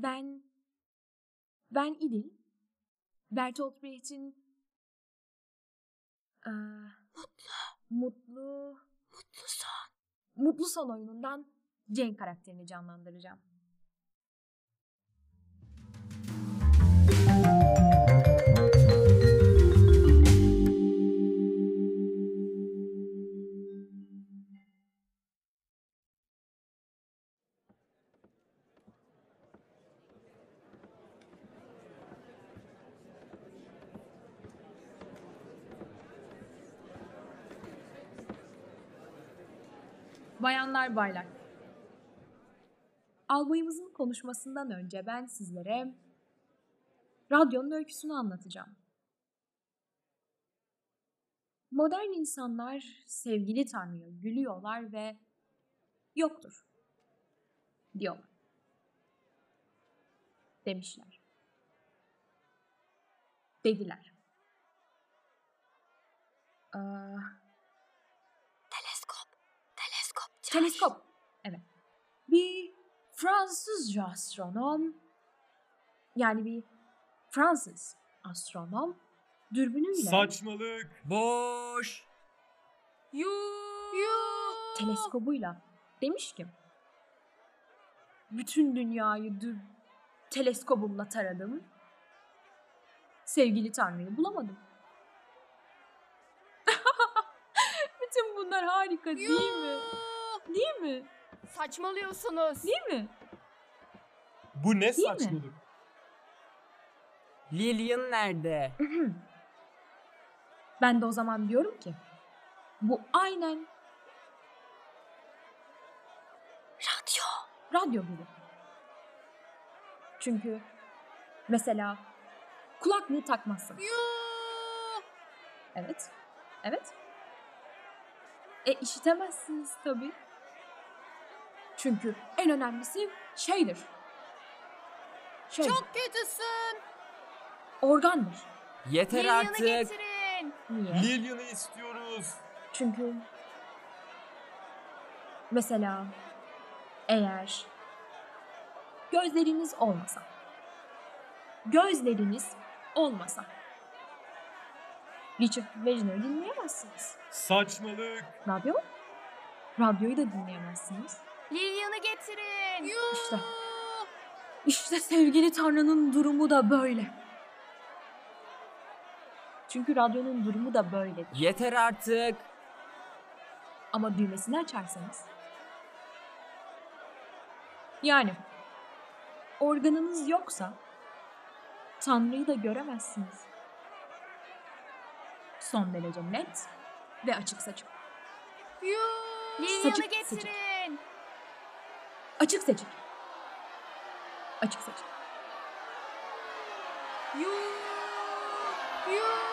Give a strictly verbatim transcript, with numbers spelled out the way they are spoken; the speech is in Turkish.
Ben, ben İdil, Bertolt Brecht'in eee, Mutlu. Mutlu, Mutlu son. Mutlu Son oyunundan Jane karakterini canlandıracağım. Bayanlar, baylar. Albayımızın konuşmasından önce ben sizlere radyonun öyküsünü anlatacağım. Modern insanlar sevgili Tanrı'ya gülüyorlar ve yoktur diyorlar. Demişler. Dediler. Ee, Teleskop. Teleskop. Çağır. teleskop. Evet. Bir Fransızca astronom, yani bir Fransız astronom dürbünüyle Saçmalık. Boş. Yuh. Yuh. teleskobuyla demiş ki bütün dünyayı dü- teleskobumla taradım. Sevgili Tanrı'yı bulamadım. Bütün bunlar harika değil mi? Değil mi? Saçmalıyorsunuz. Değil mi? Bu ne mi? saçmalık? Lillian nerede? Ben de o zaman diyorum ki bu aynen Radyo. radyo gibi. Çünkü mesela kulaklığı takmazsın. Yuh. Evet. Evet. E işitemezsiniz tabii. Çünkü en önemlisi şeydir. Şey, Çok kötüsün. organdır. Yeter Lillian'ı artık. getirin. Niye? Lillian'ı istiyoruz. Çünkü mesela eğer gözleriniz olmasa, gözleriniz olmasa Richard Wagner'ı dinleyemezsiniz. Saçmalık. Radyo? Radyoyu da dinleyemezsiniz. Lillian'ı getirin. Yuh. İşte. İşte sevgili Tanrı'nın durumu da böyle. Çünkü radyonun durumu da böyledir. Yeter artık. Ama düğmesini açarsanız. Yani organınız yoksa Tanrı'yı da göremezsiniz. Son derece net ve açık saçık. Yuh. Lillian'ı Saçık, getirin. Açık seçik. Açık seçik. Yuh. Yuh.